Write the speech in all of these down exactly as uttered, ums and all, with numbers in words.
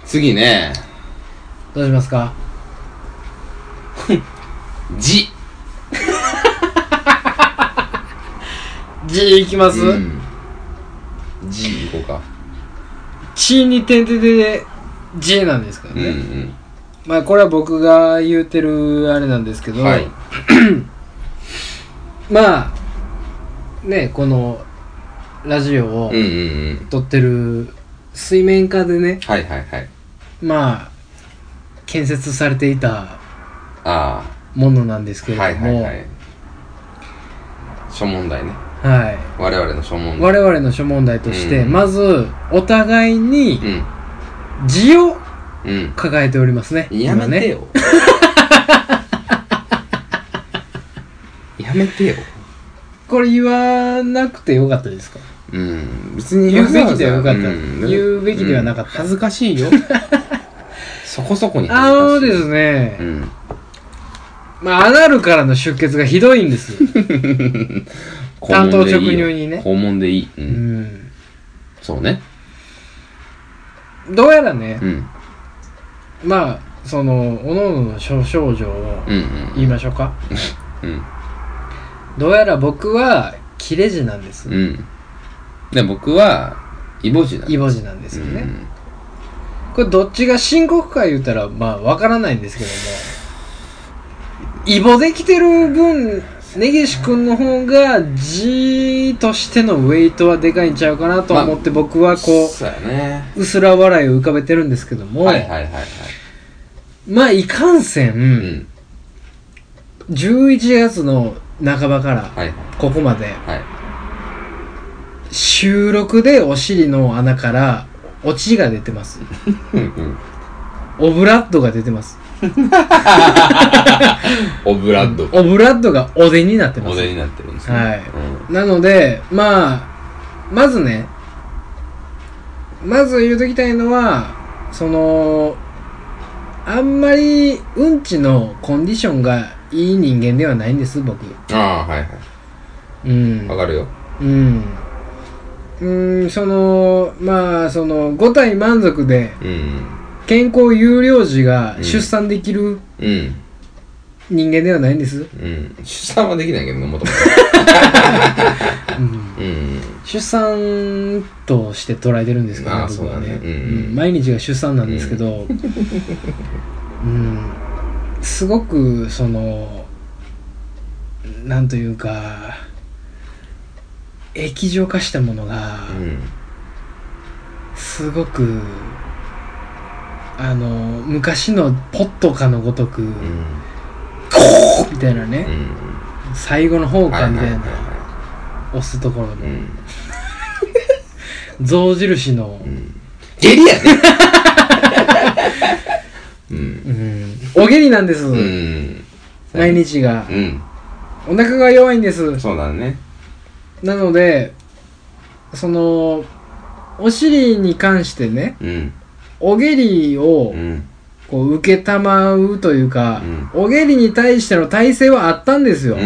次ね。 どうしますか？ じ。 じいきます？うん。 じいこうか。 ちに点々でじなんですからね。うんうん。まあこれは僕が言うてるあれなんですけど、はい、まあね、このラジオを撮ってる水面下でね、 はいはいはい、まあ建設されていたものなんですけれども、はいはいはい、 諸問題ね。 はい。 我々の諸問題。 我々の諸問題として、うん、まずお互いに字を抱えておりますね。 うん、やめてよ。ね、やめてよ。 これ言わなくてよかったですか？ うん。別に言うべきではよかった。うん、言うべきではなかった。 うん、恥ずかしいよ。そこそこに恥ずかしい。 あのですね。うん。まあアナルからの出血がひどいんです。担当直入にね。 肛門でいい。うん。うん、そうね。 どうやらね。うん。まあその各々の諸症状を言いましょうか。うん。うん、どうやら僕は切れ字なんです。うん。 で僕はイボ字なんです。 イボ字なんですよね。うん、これどっちが深刻か言うたらまあわからないんですけども、イボできてる分根岸くんの方が字としてのウェイトはでかいんちゃうかなと思って、僕はこう、まあ、そうやね、うすら笑いを浮かべてるんですけども、はいはいはいはい、まあいかんせん、うん、じゅういちがつの半ばからここまで、はいはい、収録でお尻の穴からオチが出てます。オブラッドが出てます。 オブラッドオブラッドがおでになってます。 おでになってるんですね。 はい、うん、なのでまあまずねまず言うときたいのは、そのあんまりうんちのコンディションがいい人間ではないんです、僕。 ああはいはい、うんわかるよ。 うんうんそのまあその五体満足で、うん、健康有料児が出産できる、うん、人間ではないんです、うん、 出産はできないけどね、もともと出産として捉えてるんですけど、ね、僕はね、うんうん、毎日が出産なんですけど、うんうん、すごくそのなんというか液状化したものが、うん、すごくあの昔のポットかのごとく、うん、コーみたいなね、うん、最後の方かみたいな、はいはいはいはい、押すところの、うん、象印の、うん、 下痢やね、 うんうん、お下痢なんです、うん、毎日が、うん、お腹が弱いんです。 そうだね。 なのでそのお尻に関してね、うん、お下痢をこう受けたまうというか、うん、お下痢に対しての耐性はあったんですよ、うん、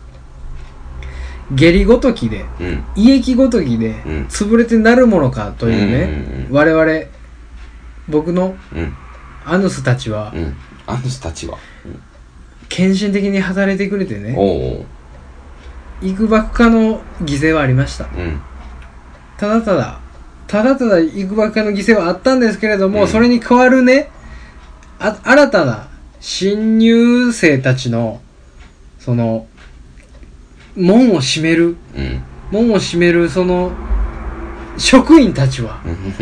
下痢ごときで、うん、胃液ごときで潰れてなるものかというね、うんうんうん、我々僕のアヌスたちは、 うん、アヌスたちは、うん、 献身的に働いてくれてね、おうおう、幾ばくかの犠牲はありました、うん、ただただただただ幾ばくかの犠牲はあったんですけれども、うん、それに代わるね、あ新たな新入生たちのその門を閉める、うん、門を閉めるその職員たちは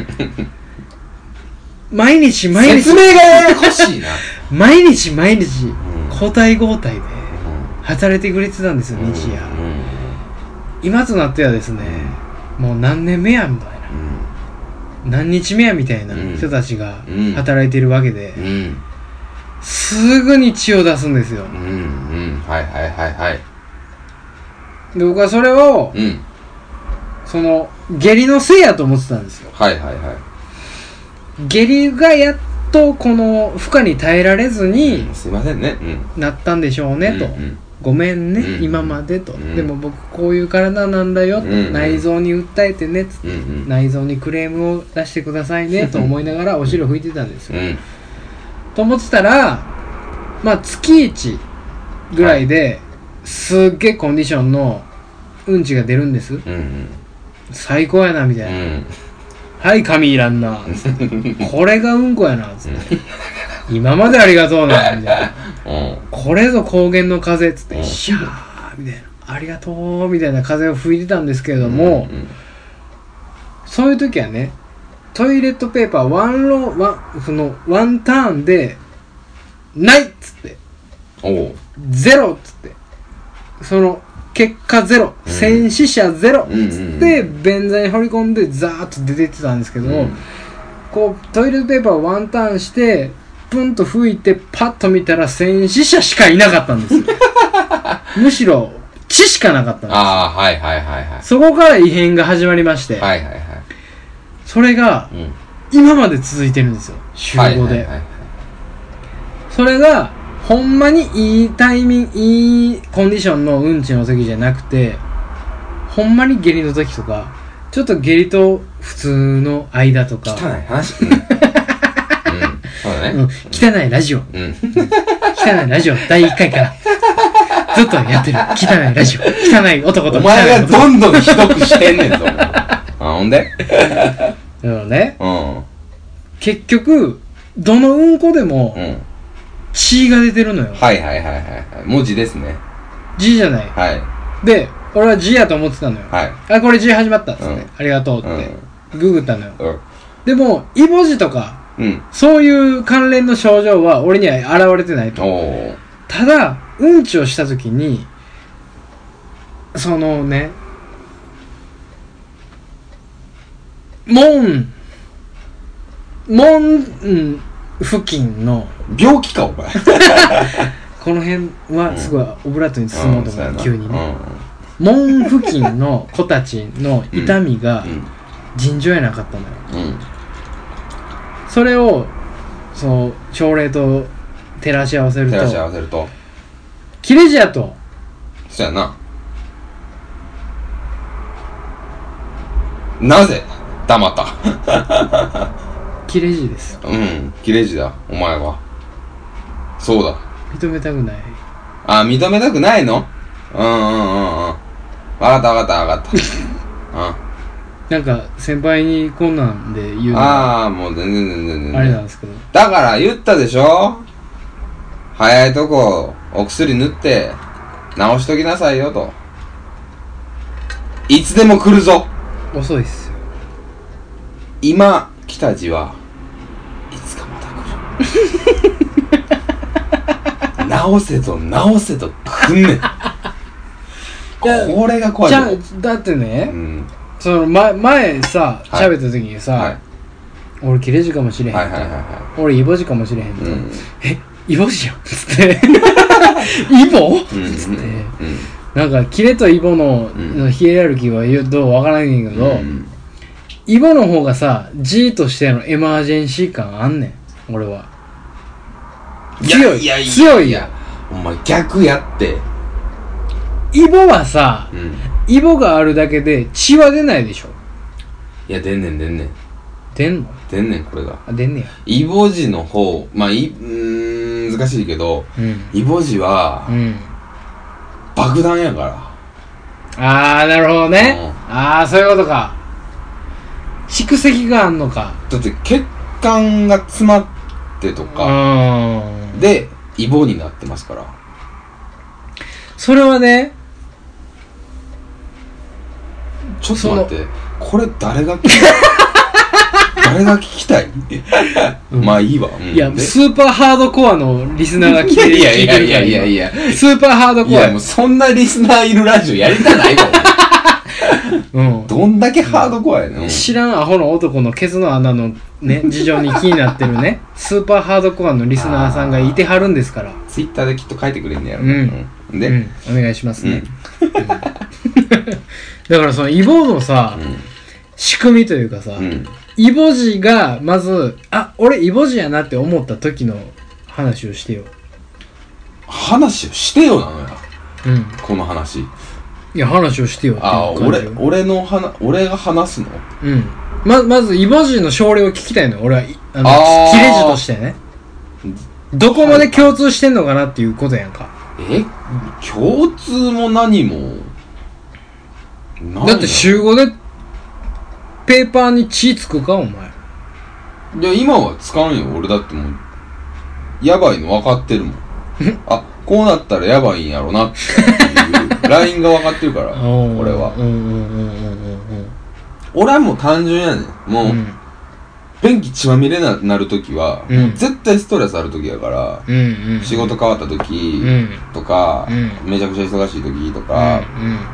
毎日毎日説明がややこしいな毎日毎日、うん、交代交代で働いてくれてたんですよ、日夜、うん、今となってはですね、うん、もう何年目やみたいな、うん、何日目やみたいな人たちが働いてるわけで、うんうん、すぐに血を出すんですよ、うんうん、 はいはいはいはい。 で僕はそれを、うん、その下痢のせいやと思ってたんですよ。 はいはいはい。 下痢がやっとこの負荷に耐えられずに、 うん、すいませんね、 うん、なったんでしょうね、と、うんうん、 ごめんね、 うん、 今までと、 うん、 でも僕こういう体なんだよと、うん、内臓に訴えてねつって、うん、内臓にクレームを出してくださいねと思いながらお尻を拭いてたんですよ、うん、と思ってたらまあ月いちぐらいですっげえコンディションのうんちが出るんです、うんうん、最高やなみたいな、うん、はい髪いらんなつってこれがうんこやなつって、うん、今までありがとうなみたいな、うん、これぞ高原の風つって、うん、シャーみたいなありがとうみたいな風を吹いてたんですけれども、うんうん、そういう時はねトイレットペーパーワンローワンそのワンターンでないっつっておゼロっつってその結果ゼロ、うん、戦死者ゼロっつって、うんうん、便座に放り込んでザーッと出てってたんですけど、うん、こうトイレットペーパーをワンターンしてプンと吹いてパッと見たら戦死者しかいなかったんですよむしろ血しかなかったんですよ。 ああはいはいはいはい。 そこから異変が始まりまして、はいはいはい、それが、うん、今まで続いてるんですよ週ごで、はいはいはいはい、それがほんまにいいタイミングいいコンディションのうんちの時じゃなくてほんまに下痢の時とかちょっと下痢と普通の間とか汚い話、うんうん、そうだね、うん、 汚いラジオ、うん、汚いラジオだいいっかいからずっとやってる汚いラジオ汚い男と汚い男お前がどんどんひどくしてんねんぞあほんでだからね、うん、結局どのうんこでも、うん血が出てるのよ。 はいはいはいはい。文字ですね。 字じゃない。はい。で、俺は字やと思ってたのよ。はい。あ、これ字始まったっつって、うん、ありがとうって、うん、ググったのよ。うん、でも、イボ字とか、うん、そういう関連の症状は俺には現れてないと。ただ、うんちをしたときに、そのね、門、門、うん付近の病気かお前この辺はすごいオブラートに包もうと思って、うん、急にね、うん、門付近の子たちの痛みが尋常やなかったのよ、うん、それをそう症例と照らし合わせると照らし合わせると切れ字やとそうやななぜ黙った切れ字です。 うん、切れ字だ、お前は。そうだ。 認めたくない。 あ、認めたくないの？うんうんうんうん。わかったわかったわかった。うん。 なんか、先輩にこんなんで言うのああ、もう全然全然全然。 あれなんですけど。 だから言ったでしょ？早いとこ、お薬塗って、治しときなさいよと。いつでも来るぞ。 遅いっすよ。 今、来た字は、直せと直せと来んねんこれが怖いよ。 じゃだってね、うん、その前前さ喋、はい、った時にさ、はい、俺切れ字かもしれへんと、はいはいはいはい、俺イボ字かもしれへんと、うん、えイボ字やんつってイボ、うん、つって、うん、なんか切れとイボの、うん、ヒエラルキーはどうわからないんだけど、うん、イボの方がさ G としてのエマージェンシー感あんねん俺は。強いいやいやいや強いやお前逆やってイボはさ、うん、イボがあるだけで血は出ないでしょ。 いや出んねん出んねん出んの出んねんこれがあ出んねやイボ字の方まあいうーん難しいけど、うん、イボ字は、うん、爆弾やからあーなるほどね、うん、あーそういうことか蓄積があんのかだって血管が詰まってとかでイボになってますからそれはねちょっと待ってこれ誰が聞き誰が聞きたい、うん、まあいいわ、うん、 いやスーパーハードコアのリスナーが聞いてるいやいやいやいやいやスーパーハードコアいやもうそんなリスナーいるラジオやりたないわうん、どんだけハードコアやねん、うん、 知らんアホの男のケツの穴のね事情に気になってるねスーパーハードコアのリスナーさんがいてはるんですからツイッターできっと書いてくれんねやろ、 うんうん、で、うん、お願いしますね、うん、だからそのイボのさ、うん、仕組みというかさ、うん、イボ字がまずあ俺イボ字やなって思った時の話をしてよ話をしてよなのようん、 この話。 いや話をしてよっていうあ俺俺の話俺が話すの。 うんままずイボジの症例を聞きたいのよ俺はあのあ切れ字としてねどこまで共通してんのかなっていうことやんか。 え共通も何も何だって週ごでペーパーに血つくかお前。 いや今は使うんよ俺だってもうやばいの分かってるもんあこうなったらやばいんやろなっていうラインが分かってるから俺は。俺はもう単純やねんもう、うん、便器血まみれになるときは、うん、もう絶対ストレスあるときやから、うんうんうん、仕事変わったときとか、うん、めちゃくちゃ忙しいときとか、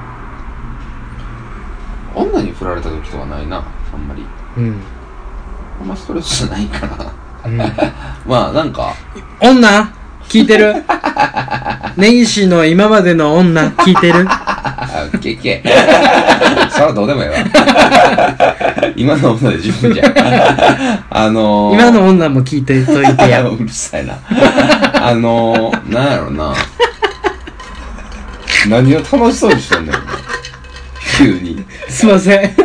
うんうん、女に振られたときとかないなあんまり、うん、あんまストレスじゃないかな、うん、まあなんか女聞いてる根岸の今までの女聞いてるけけそらどうでもいいわ今の女で十分じゃんあのー、 今の女も聞いてといてやうるさいなあのー、なんやろな何を楽しそうにしてんのよ急にすいません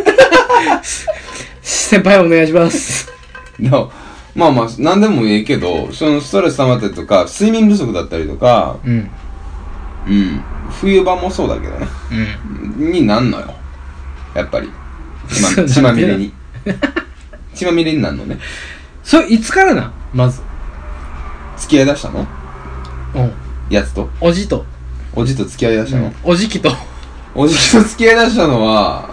先輩お願いしますのまあまあ何でもいいけどそのストレス溜まったりとか睡眠不足だったりとかうん、うん、冬場もそうだけどね、うん、になんのよやっぱり血まみれに血まみれになんのね。 それいつからなまず付き合いだしたのうんやつとおじとおじと付き合いだしたの、うん、 おじきとおじきと付き合いだしたのは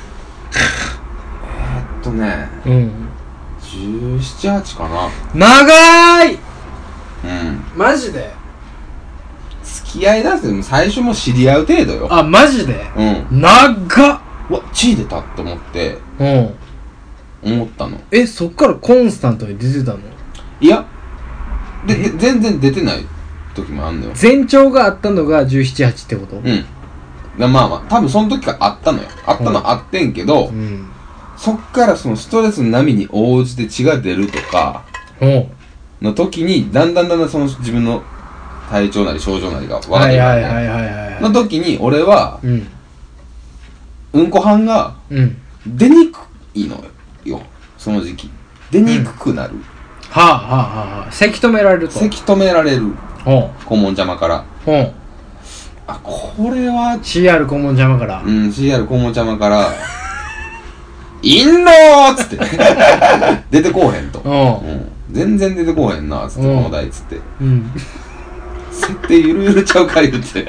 えーっとねうんじゅうなな、はちかな。 長い。うんんマジで付き合いだって最初も知り合う程度よ。 あマジでうん長っうわ血出たって思ってうん思ったの。 えそっからコンスタントに出てたの？ いやでで全然出てない時もあんのよ。 前兆があったのがじゅうなな、はちってこと？ うんまあまあ多分その時からあったのよ。あったのはあってんけど、うん、そっからそのストレスの波に応じて血が出るとかの時にだんだんだんだんその自分の体調なり症状なりが分かってくるの時に俺は、うん、うんこ斑が出にくいのよその時期出にくくなる、うん、 はあはあはあせき止められるとせき止められる肛門邪魔からあこれはシーアール 肛門邪魔からうん シーアール 肛門邪魔からいんのーっつって出てこうへんと、うん、全然出てこうへんなっつってこの台っつって、うん、設定ゆるゆるちゃうか言って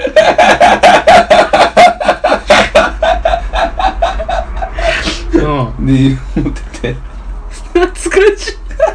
うんで思ってて懐かし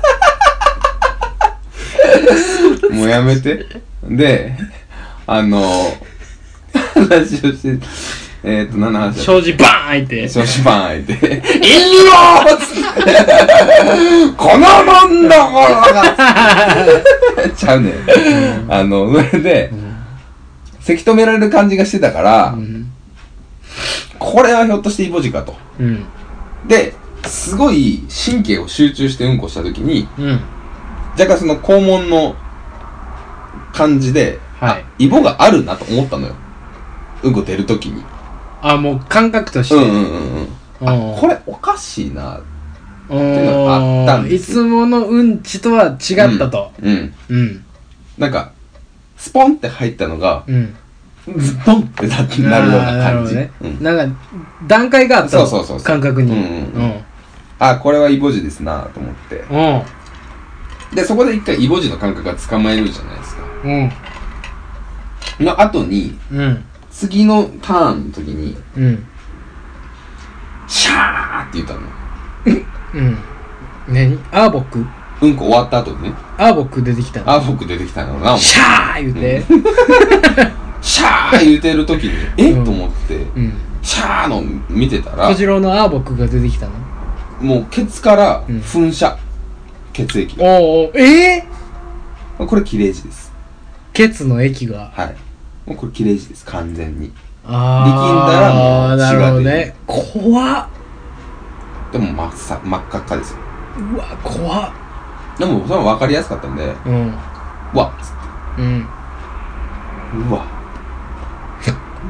いもうやめてであの話をしてえーっと何の話だ障子バーン開いて障子バーン開いていいよーっつってこのもんだこらちゃうねん、うん、あのそれで、うん、せき止められる感じがしてたから、うん、これはひょっとしてイボ痔かと、うん、ですごい神経を集中してうんこした時に、うん、若干その肛門の感じで、はい、イボがあるなと思ったのようんこ出る時にあもう感覚としてうんうんうんうんあこれおかしいなっていうのがあったんですいつものうんちとは違ったとうんうん、うん、なんかスポンって入ったのが、うん、ズポンってなるような感じ、 ねうん、なんか段階があったのそうそうそうそう感覚に、うんうんうん、 あこれはイボ痔ですなと思って、うん、でそこで一回イボ痔の感覚が捕まえるじゃないですか、うん、の後に、うん次のターンの時に、うん、シャーって言ったの。 うん。何？アーボック？ うんこ終わった後にね。 アーボック出てきたの。 アーボック出てきたのな。 シャー言うて。 うん、シャー言うてる時に、え、うん、と思って、うん、シャーの見てたら。 小次郎のアーボックが出てきたの。 もうケツから噴射、うん、血液が。 おーえー、これ切れ字です。 ケツの液が。 はい。もうこれ切れ字です完全にあ力んだらもう血が出るね怖っでも真っさ真っ赤っかですようわ怖っでもそれは分かりやすかったんでうんうわっつってうんうわ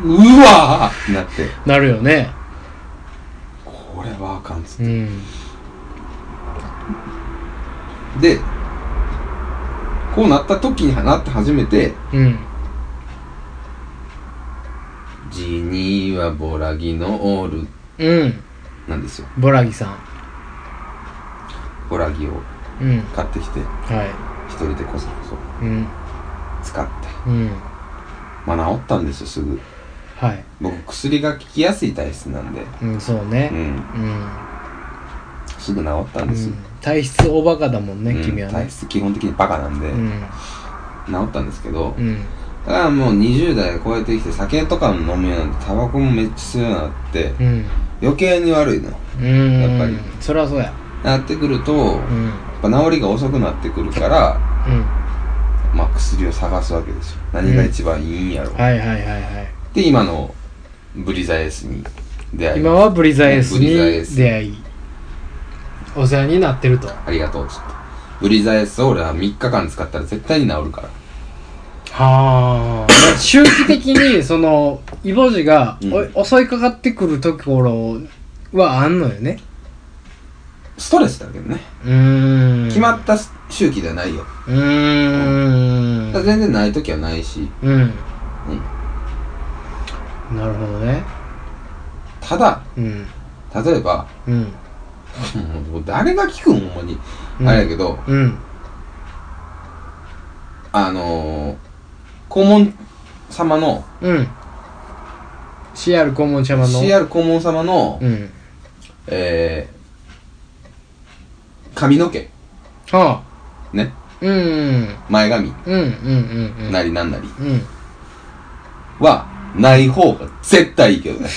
うわーってなってなるよね。 これはあかんっつって、 うん、 でこうなった時になって初めて、 うん、 ジニーはボラギノオール、うん、なんですよ。 ボラギさんボラギを買ってきて、うん、はい、一人でこそこそ、うん、使って、うん、まあ治ったんですよすぐ。はい、僕薬が効きやすい体質なんで、 うん、そうね、うん、うん、 すぐ治ったんです、うん、 体質おバカだもんね、うん、君はね。 体質基本的にバカなんで、うん、治ったんですけど、うん、だからもうにじゅう代超えてきて酒とか飲むようになってタバコもめっちゃ吸うようになって、うん、余計に悪いの、うん、やっぱりそりゃそうやなってくると、うん、やっぱ治りが遅くなってくるから、うん、まあ薬を探すわけですよ。何が一番いいんやろう、うん、はいはいはいはい。で今のブリザエースに出会い、 今はブリザエースに出会いお世話になってると。 ありがとうっつってブリザエースを俺はみっかかん使ったら絶対に治るから。 はあ周期的にそのイボ痔が、うん、襲いかかってくるところはあんのよね。 ストレスだけどね。うーん決まった周期ではないよ。うーん、うん、全然ない時はないし、うん、うん、 なるほどね。 ただ、うん、例えば、うん、もう誰が聞くんほんまに、うん、あれやけど、うん、あのー、黄門様の、うん、 シーアール 黄門様のシーアール 黄門様の、うん、えー、髪の毛、はあ、ね、うん、前髪、うんうんうんうん、なりなんなり、うん、はない方が絶対いいけどね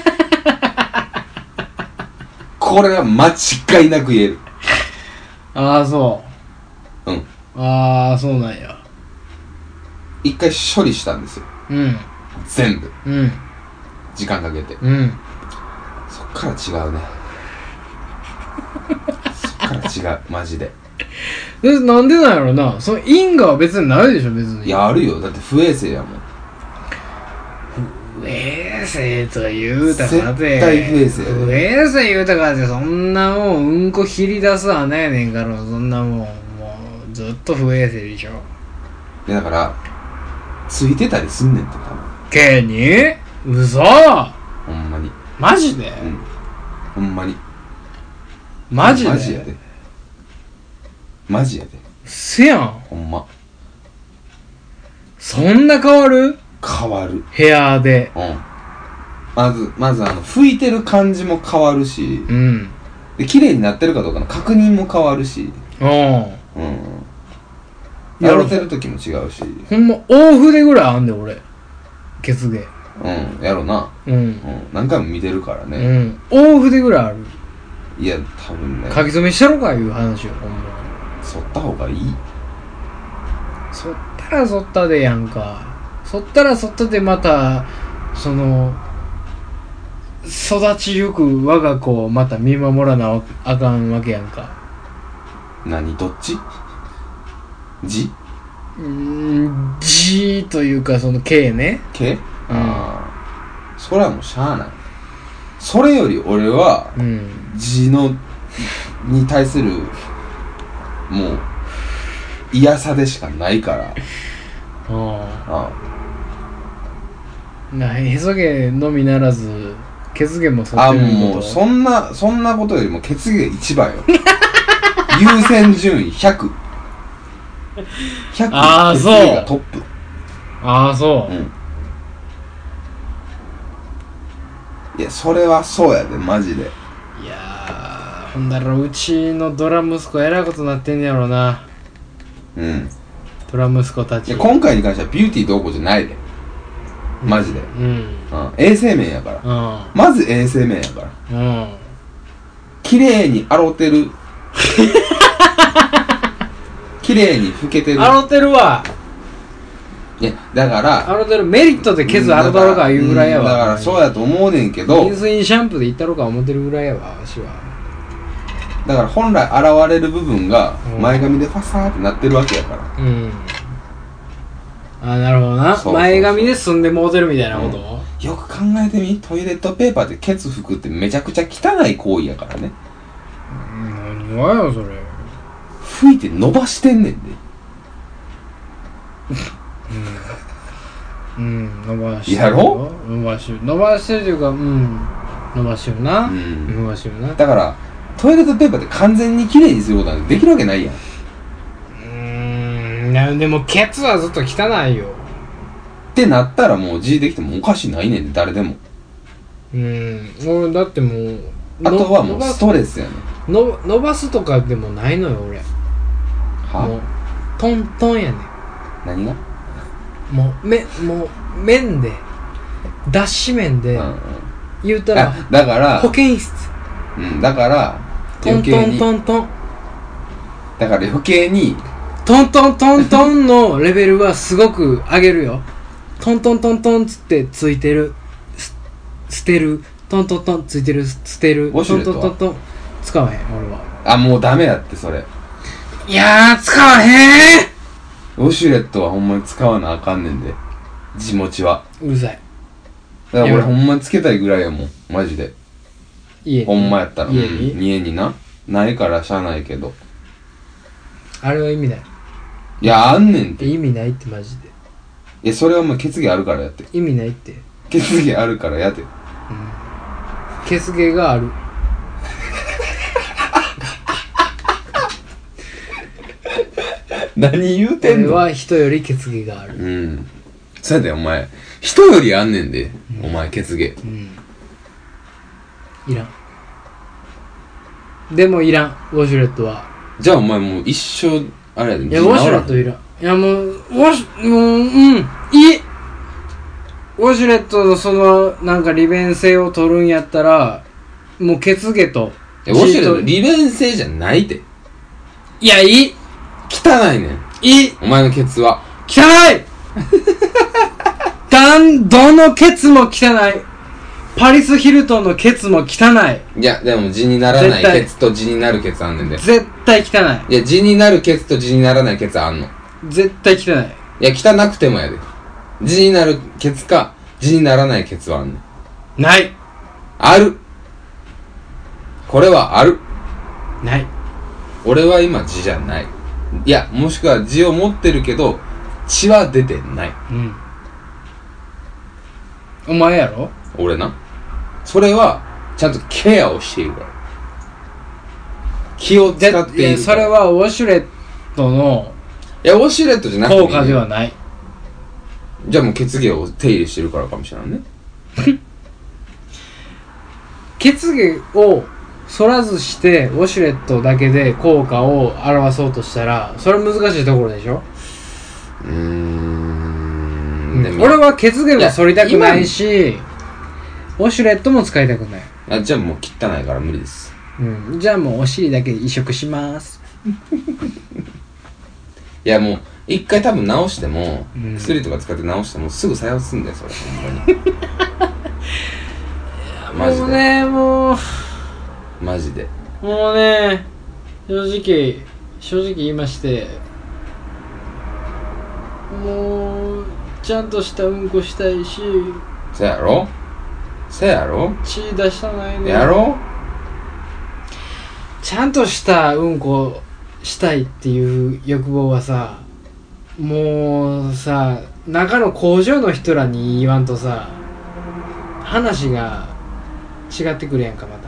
これは間違いなく言える。 ああそう、うん、ああそうなんや。 一回処理したんですよ、うん、全部、うん、時間かけて、うん、そっから違うねそっから違うマジで。 でなんでなんやろな。その因果は別にないでしょ別に。 いやあるよ。だって不衛生やもん。 不衛生と言うたかで絶対不衛生やで。 不衛生言うたかでそんなもんうんこ切り出すはないねんから。そんなもんもうずっと不衛生でしょ。 いやだからついてたりすんねんって多分。 毛に？嘘？ ほんまに。 マジで？ うん。ほんまに。 マジで？ マジやで。マジやで。 せやん。 ほんま。 そんな変わる？ 変わる。 部屋で。 うん。まず、まずあの、拭いてる感じも変わるし、うん。で、綺麗になってるかどうかの確認も変わるし、うん。うん。やろてる時も違うし。 ほんま、大筆ぐらいあんで、俺。ケツ毛。 うん、やろな。うん。うん。何回も見てるからね。 うん。大筆ぐらいある。 いや、多分ね。 書き留めしたろかいう話よ、ほんま。 剃った方がいい。 剃ったら剃ったでやんか。剃ったら剃ったでまた、その、育ちゆく我が子をまた見守らなあかんわけやんか。 何どっち？字？ うーん、字というかその形ね。 形？うん。ああ。それはもうしゃあない。それより俺は、うん、字の、に対する、もう、嫌さでしかないから。ああ。 ああ。へそ毛のみならず、ケツ毛も剃ってること。 あ、もう、そんな、そんなことよりもケツ毛一番よ。優先順位ひゃく。ひゃく、 ああ、そう。 ケツ毛がトップ。 ああ、そう。うん。 いや、それはそうやで、マジで。 いやー、ほんだらうちのドラ息子えらいことなってんねやろな。うん。ドラ息子たち。 いや、今回に関してはビューティーどうこうじゃないで。マジで。うん。うん。衛生面やから。うん。まず衛生面やから。うん。綺麗に洗うてる。綺麗に拭けてる。 洗うてるわ。 いや、だから、 洗うてるメリットでケツ洗うたろかいうぐらいやわ。 だからそうやと思うねんけど。 水にシャンプーでいったろか思ってるぐらいやわ、わしは。 だから本来現れる部分が前髪でファサーってなってるわけやから。うん。 あ、なるほどな。 そうそうそう前髪で住んでモデルみたいなこと、 うん、よく考えてみ、トイレットペーパーでケツ拭くってめちゃくちゃ汚い行為やからね。 何がよそれ。 拭いて伸ばしてんねんで。 うん、うん、伸ばしてるやろ。 伸ばしてる伸ばしてるというか、うん、伸ばしてるな、 うん、 伸ばしてるな。 だからトイレットペーパーで完全にきれいにすることなんてできるわけないやん。 うーん、いやでもケツはずっと汚いよってなったらもう字できてもおかしないねんで、誰でも。 うん、俺だってもうあとはもうストレスやねん。 の伸ばすとかでもないのよ俺。 はもうトントンやねん。 何が？ もうめもう麺で脱脂麺で、うんうん、言うたらだから保健室、 うん、だからトントントントンだから余計にトントントントンのレベルはすごく上げるよ。トントントントンつってついてる捨てる、トントントンついてる捨てる、トントントントン使わへん俺は。 あ、もうダメやってそれ。 いやー使わへん。 ウォシュレットはほんまに使わなあかんねんで、地持ちは。 うるさい。 だから俺ほんまにつけたいぐらいやもん、マジで。 家ほんまやったら家に、 うん、家になないからしゃあないけど。 あれは意味ない。 いや、あんねんって。 意味ないってマジで。 いや、それはもう血毛あるからやって。 意味ないって。 血毛あるからやって。うん。 血毛がある。 何言うてんの？ 俺は人より血毛がある。 うん。そうやでお前。人よりあんねんで、うん、お前血毛。うん。 いらん。でもいらん、ウォシュレットは。 じゃあお前もう一生、あれやで。 いや、ウォシュレットいらん。いやもう、ウォシュ、もう、うん、いい。ウォシュレットのその、なんか利便性を取るんやったら、もう血毛と。 いや、ウォシュレット利便性じゃないって。 いや、いい。 汚いねん。 いい。 お前のケツは。 汚いだん、どのケツも汚い。パリス・ヒルトンのケツも汚い。 いや、でも字にならないケツと字になるケツあんねんで。 絶対汚い。 いや、字になるケツと字にならないケツあんの。 絶対汚い。 いや、汚くてもやで。字になるケツか、字にならないケツはあんねん。 ない。 ある。これはある。 ない。 俺は今字じゃない。いや、もしくは字を持ってるけど、血は出てない。うん。 お前やろ？ 俺な。それは、ちゃんとケアをしているから。気を使っているから。いや、 それはウォシュレットの、 いや、ウォシュレットじゃなくて、ね、 効果ではない。 じゃあもう血毛を手入れしてるからかもしれないね。 血毛を剃らずしてウォシュレットだけで効果を表そうとしたら、それは難しいところでしょ。うーん、でも俺は血毛も剃りたくないし、ウォシュレットも使いたくない。 あ、じゃあもう汚いから無理です。 うん、じゃあもうお尻だけ移植しますいやもう一回多分直しても、うん、薬とか使って直してもすぐ再発すんだよそれほんまにマジでもうねもうマジでもうね正直正直言いまして、もうちゃんとしたうんこしたいし、 そやろそやろ血出したないねやろ、 ちゃんとしたうんこしたいっていう欲望はさ、もうさ、中の工場の人らに言わんとさ、話が違ってくるやんか。また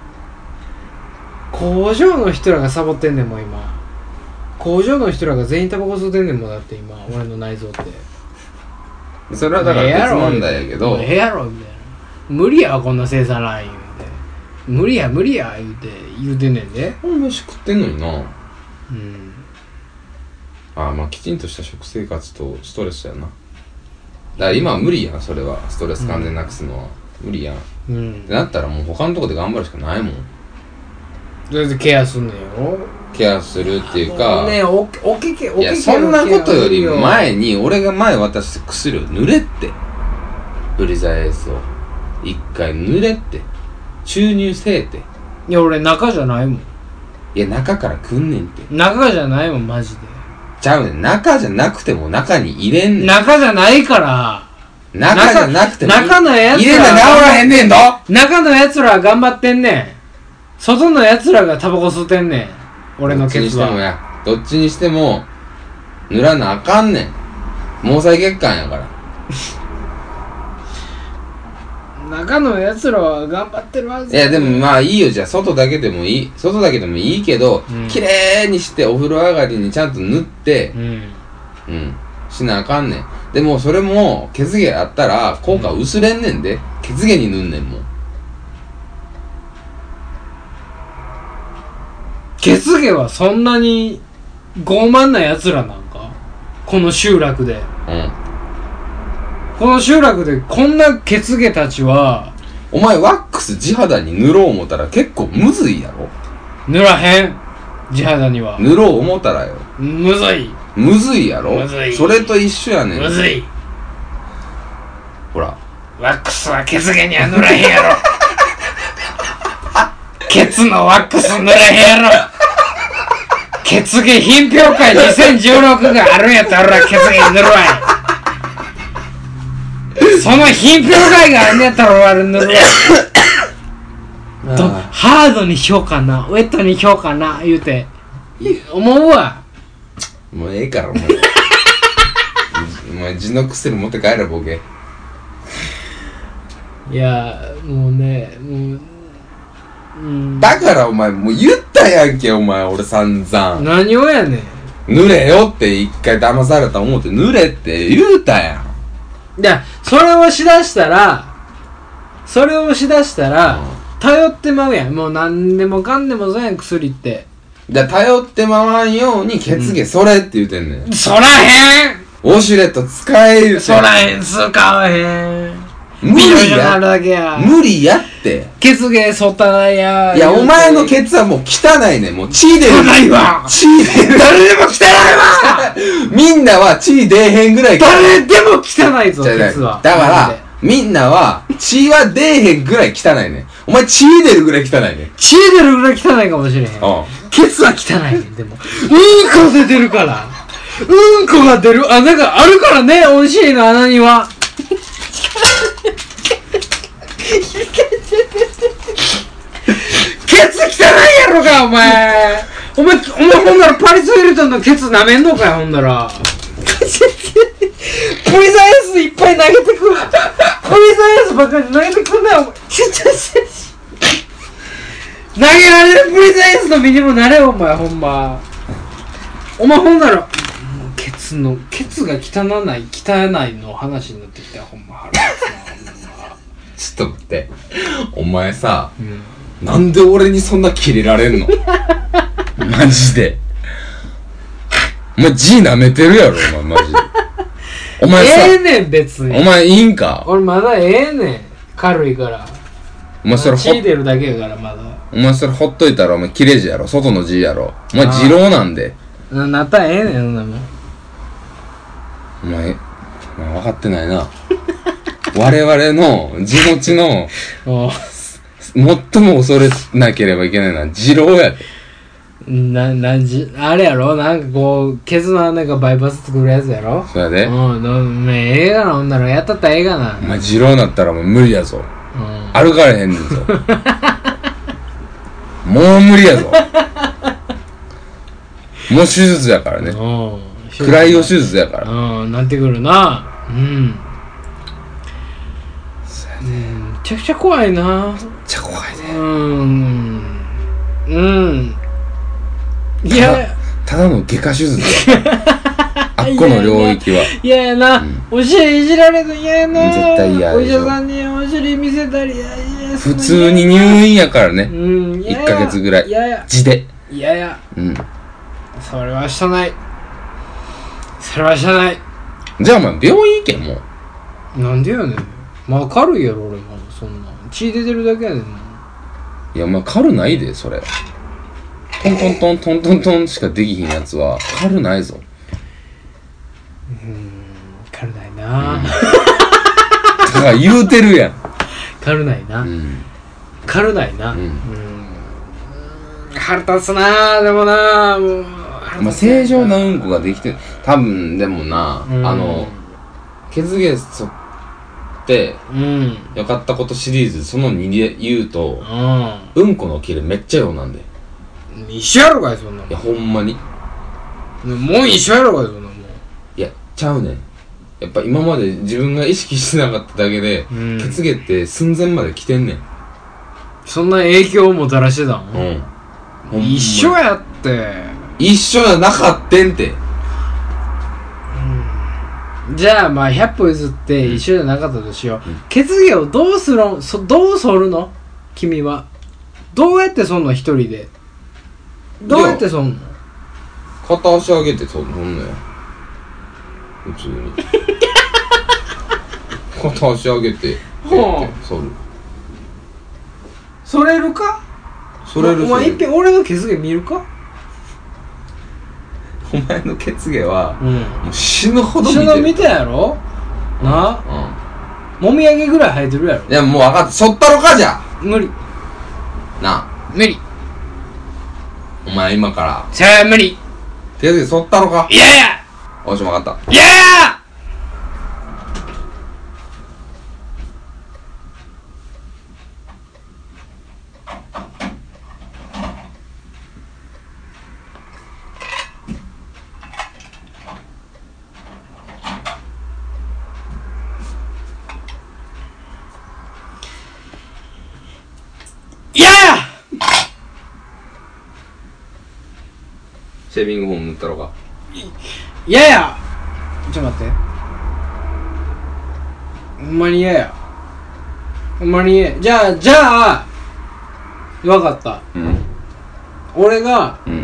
工場の人らがサボってんねんもん今。工場の人らが全員タバコ吸ってんねんもん。だって今俺の内臓ってそれはだから別問題やけど、 ええやろみたいな、無理やこんな生産ライン言うて、無理や無理や言うて言うてんねんで。 俺飯食ってんのにな。うん。ああ、まあきちんとした食生活とストレスやな。だから今は無理やん、それは。ストレス完全なくすのは、うん、無理やん。うん。ってなったらもう他のとこで頑張るしかないもん。 全然ケアすんねんよ。 ケアするっていうか。 ねえ、お、おけけ、おけけ。いや、 そんなことより前に、俺が前渡した薬を塗れって。ブリザエースを。一回塗れって。注入せえって。 いや、俺中じゃないもん。 いや、中からくんねんって。 中じゃないもん、マジで。 ちゃうねん。中じゃなくても中に入れんねん。 中じゃないから。 中じゃなくても中のやつら入れな治らへんねんど。 中のやつらは頑張ってんねん。外のやつらがタバコ吸ってんねん。俺のケツは。 どっちにしてもや。どっちにしても塗らなあかんねん。毛細血管やから。 中のやつらは頑張ってるはず。 いやでもまあいいよ。じゃあ外だけでもいい。外だけでもいいけど、うん、綺麗にしてお風呂上がりにちゃんと塗って、うん、うん、しなあかんねん。でもそれも血毛あったら効果薄れんねんで。血毛に塗んねんもん。 血毛はそんなに傲慢なやつらなんか、この集落で、うん、この集落でこんな血毛たちは。 お前ワックス地肌に塗ろう思ったら結構むずいやろ。 塗らへん。地肌には塗ろう思ったらよ、 むずい。 むずいやろ。 むずい。 それと一緒やねん。 むずい。 ほらワックスは血毛には塗らへんやろ。ケツのワックス塗らへんやろ。血毛品評会にせんじゅうろくがあるんやったら俺は血毛に塗るわい。その品評会があるんやったら俺は塗るわい。とハードにしようかな、ウェットにしようかな言うて思うわ。 もうええからお前。お前地の薬持って帰れボケ。 いやもうね、もう、 うん、だからお前もう言ったやんけお前。俺散々 何をやねん。 塗れよって一回騙された思って塗れって言うたやん。いやそれをしだしたらそれをしだしたら、うん、頼ってまうやん。もう何でもかんでもそうやん薬って。 だ頼ってまわんように血毛それって言うてんねん、 うん、そらへん。 ウォシュレット使え言うてん。 そらへん使わへん。 無理や。 だけや無理やって。 血毛そったなや。 いやお前のケツはもう汚いねん。もう血出る。 汚いわ。 血出る。 誰でも汚いわ。みんなは血出へんぐらい。 誰でも汚いぞケツは。 だからみんなは血は出へんぐらい汚いねん。お前血出るぐらい汚いねん。 血出るぐらい汚いかもしれへん。ケツは汚いねん。でもうんこ出てるから。うんこが出る穴があるからね。おいしいの穴には。ケツ汚いやろかお前。お前お前ほんならパリス・ヒルトンのケツ舐めんのかよほんなら。ポリザイスいっぱい投げてくる。ポリザイスばっかり投げてくんなよお前。投げられるポリザイスの身にもなれよお前ほんま。お前ほんならケツのケツが汚ない汚いの話になってきたよほんま。 ちょっと待って、お前さ、うん、なんで俺にそんなキレられんの？マジで。お前 G 舐めてるやろお前マジで。お前さ、 ええねん別に。 お前いいんか？ 俺まだええねん。軽いから。 お前それ血出るだけやからまだ。 お前それほっといたらお前切れ字やろ。外の G やろ。お前二郎なんで。 な、なったらええねんそんなもん。 お前、お前分かってないな。我々の地の地の最も恐れなければいけないのは二郎やで。 な、なじ、あれやろなんかこう、ケツの穴がバイパス作るやつやろ。 そうやで。 うん、の、めええがな、ほんならやったったらええがな。 お前二郎なったらもう無理やぞ。うん、歩かれへんねんぞ。もう無理やぞ。もう手術やからね。うん。クライオ手術やから。 うん、なってくるな。うん。うん、めちゃくちゃ怖いな。 めっちゃ怖いね。 うん。うん。いやただの外科手術や。あっこの領域は。 嫌やな、うん。お尻いじられるの嫌やな。 絶対嫌や。 お医者さんにお尻見せたり。 普通に入院やからね。うん。いっかげつぐらい。 嫌や。 地で。 嫌や。うん。それはしたない。それはしたない。 じゃあお前病院行けもう。なんでやねん。まあ軽いやろ俺もそんな。血出てるだけやねんもん。 いやまあ軽ないでそれ。トントントントントントンしかできひんやつは軽ないぞ。 うーん軽ないな、うん、だから言うてるやん。 軽ないな、うん、軽ないな、うん、うん腹立つなでもなもうまあ正常なうんこができて多分でもな、うん、あの血毛剃ってよかったことシリーズそのにで言うと、うん、うんこのキレめっちゃよなんで一緒やろかいそんなもん。 いやほんまにもう一緒やろかいそんなもん。 いやちゃうねん。やっぱ今まで自分が意識してなかっただけで、うん、血毛って寸前まで来てんねん。そんな影響をもたらしてたん？うん。一緒やって。 一緒やなかってんって。 うん、じゃあまあひゃっぽ譲って一緒じゃなかったとしよう。うん、血毛をどうするの？そどう剃るの？君は。どうやって剃んの一人で。どうやって剃んの？ 片足上げて剃んのよ。普通に片足上げてはあ剃る。 剃れるか？ 剃れる。 お前いっぺん俺の血毛見るか？ お前の血毛は、うん、もう死ぬほど見てる。 死ぬ見たやろな、うん、もみあげぐらい生えてるやろ。 いやもう分かった。剃ったろかじゃ無理なあ無理。 お前今からじゃあ無理。 手で剃ったろか。 いやいやおしも分かった。 いやいやいやシェービングフォーム塗ったろか。 いやいやちょっと待って。ほんまに嫌や。ほんまに嫌や。じゃあじゃあ分かった、うん、俺が、うん、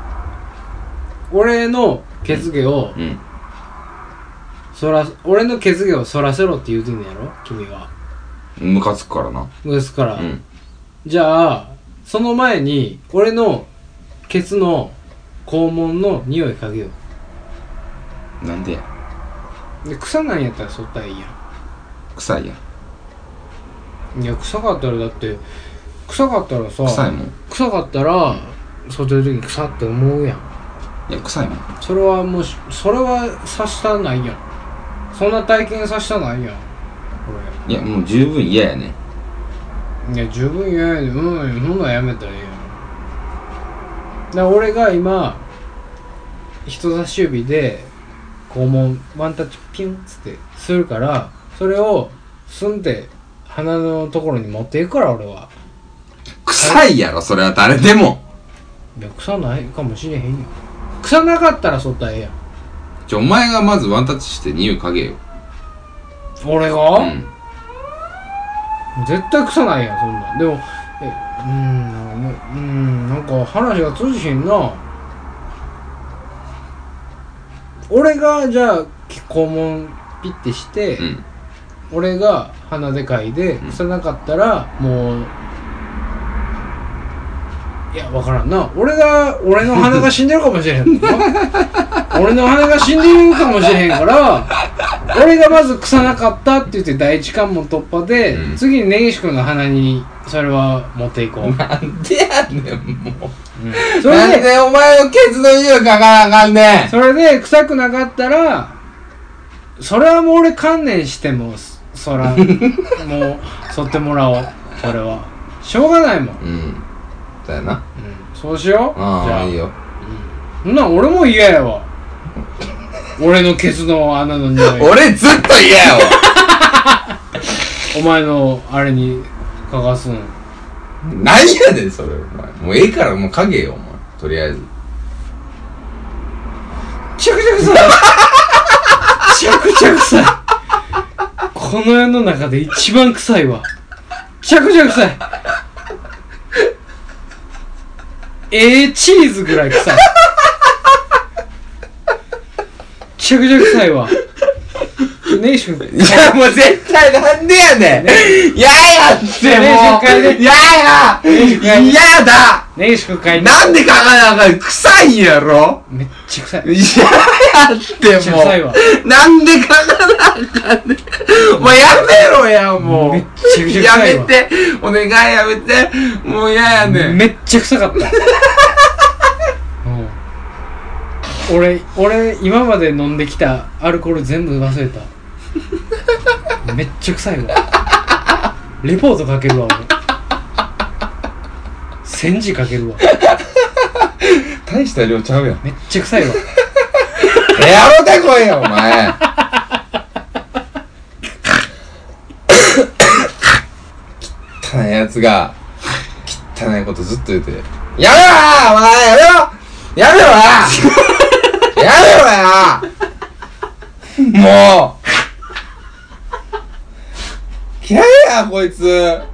俺の血毛を、うん、そら俺の血毛をそらせろって言うてんねやろ君は。 ムカつくからな。 ムカつくから、うん、じゃあその前に俺のケツの肛門の匂い嗅げよう。なんでや。 で臭ないんやったらそったらいいやん。 臭いやん。いや臭かったらだって臭かったらさ臭いもん。 臭かったら剃ってる時に臭って思うやん。 いや臭いもん。 それはもうそれはさしたないやん。そんな体験さしたないやん。これいやもう十分嫌やね。 いや十分嫌やねん。うんそんなんやめたらいいやん。だから俺が今人差し指で肛門ワンタッチピュンっつってするからそれをスンって鼻のところに持っていくから俺は。 臭いやろそれは誰でも。 いや臭ないかもしれへんよ。臭なかったらそったらええやん。 じゃお前がまずワンタッチして匂い嗅げよ。 俺が？うん絶対臭ないやんそんなん。でもえうーんうんなんか話が通じひんな。俺がじゃあ肛門ピッてして、うん、俺が鼻で嗅いで臭なかったら、うん、もういや分からんな。俺が俺の鼻が死んでるかもしれへん俺の鼻が死んでるかもしれへんから俺がまず臭なかったって言って第一関門突破で、うん、次に根岸君の鼻にそれは持っていこう。 なんでやねんもう、うん、それでなんでお前のケツの匂い嗅がなあかんねん。 それで臭くなかったらそれはもう俺観念してもそらもう剃ってもらおう。それはしょうがないもん。うんだよな、うん、 そうしよう。 ああじゃあいいよ。 そんなん俺も嫌やわ俺のケツの穴の匂い俺ずっと嫌やわお前のあれに嗅がすん。 何やねんそれお前。もうええからもう嗅げよお前とりあえず。 めちゃくちゃ臭いめちゃくちゃ臭いこの世の中で一番臭いわ。めちゃくちゃ臭いええチーズぐらい臭いめちゃくちゃ臭いわ。ねえしゅんいやもう絶対なんでやねん。ややってもうやや嫌だ。 ねえしゅんかいなんでかがなあかん。臭いやろ。 めっちゃ臭い。 ややってもうなんでかがなあかんねん。もうやめろやもう。めっちゃくちゃ臭いわ。やめてお願いやめてもう嫌やねん。 めっちゃ臭かった俺俺今まで飲んできたアルコール全部忘れためっちゃ臭いわレポートかけるわ俺戦時かけるわ大した量ちゃうやんめっちゃ臭いわやろてこいよお前汚いやつが汚いことずっと言ってやめろよお前やめろやめろややめろやもう嫌いやこいつ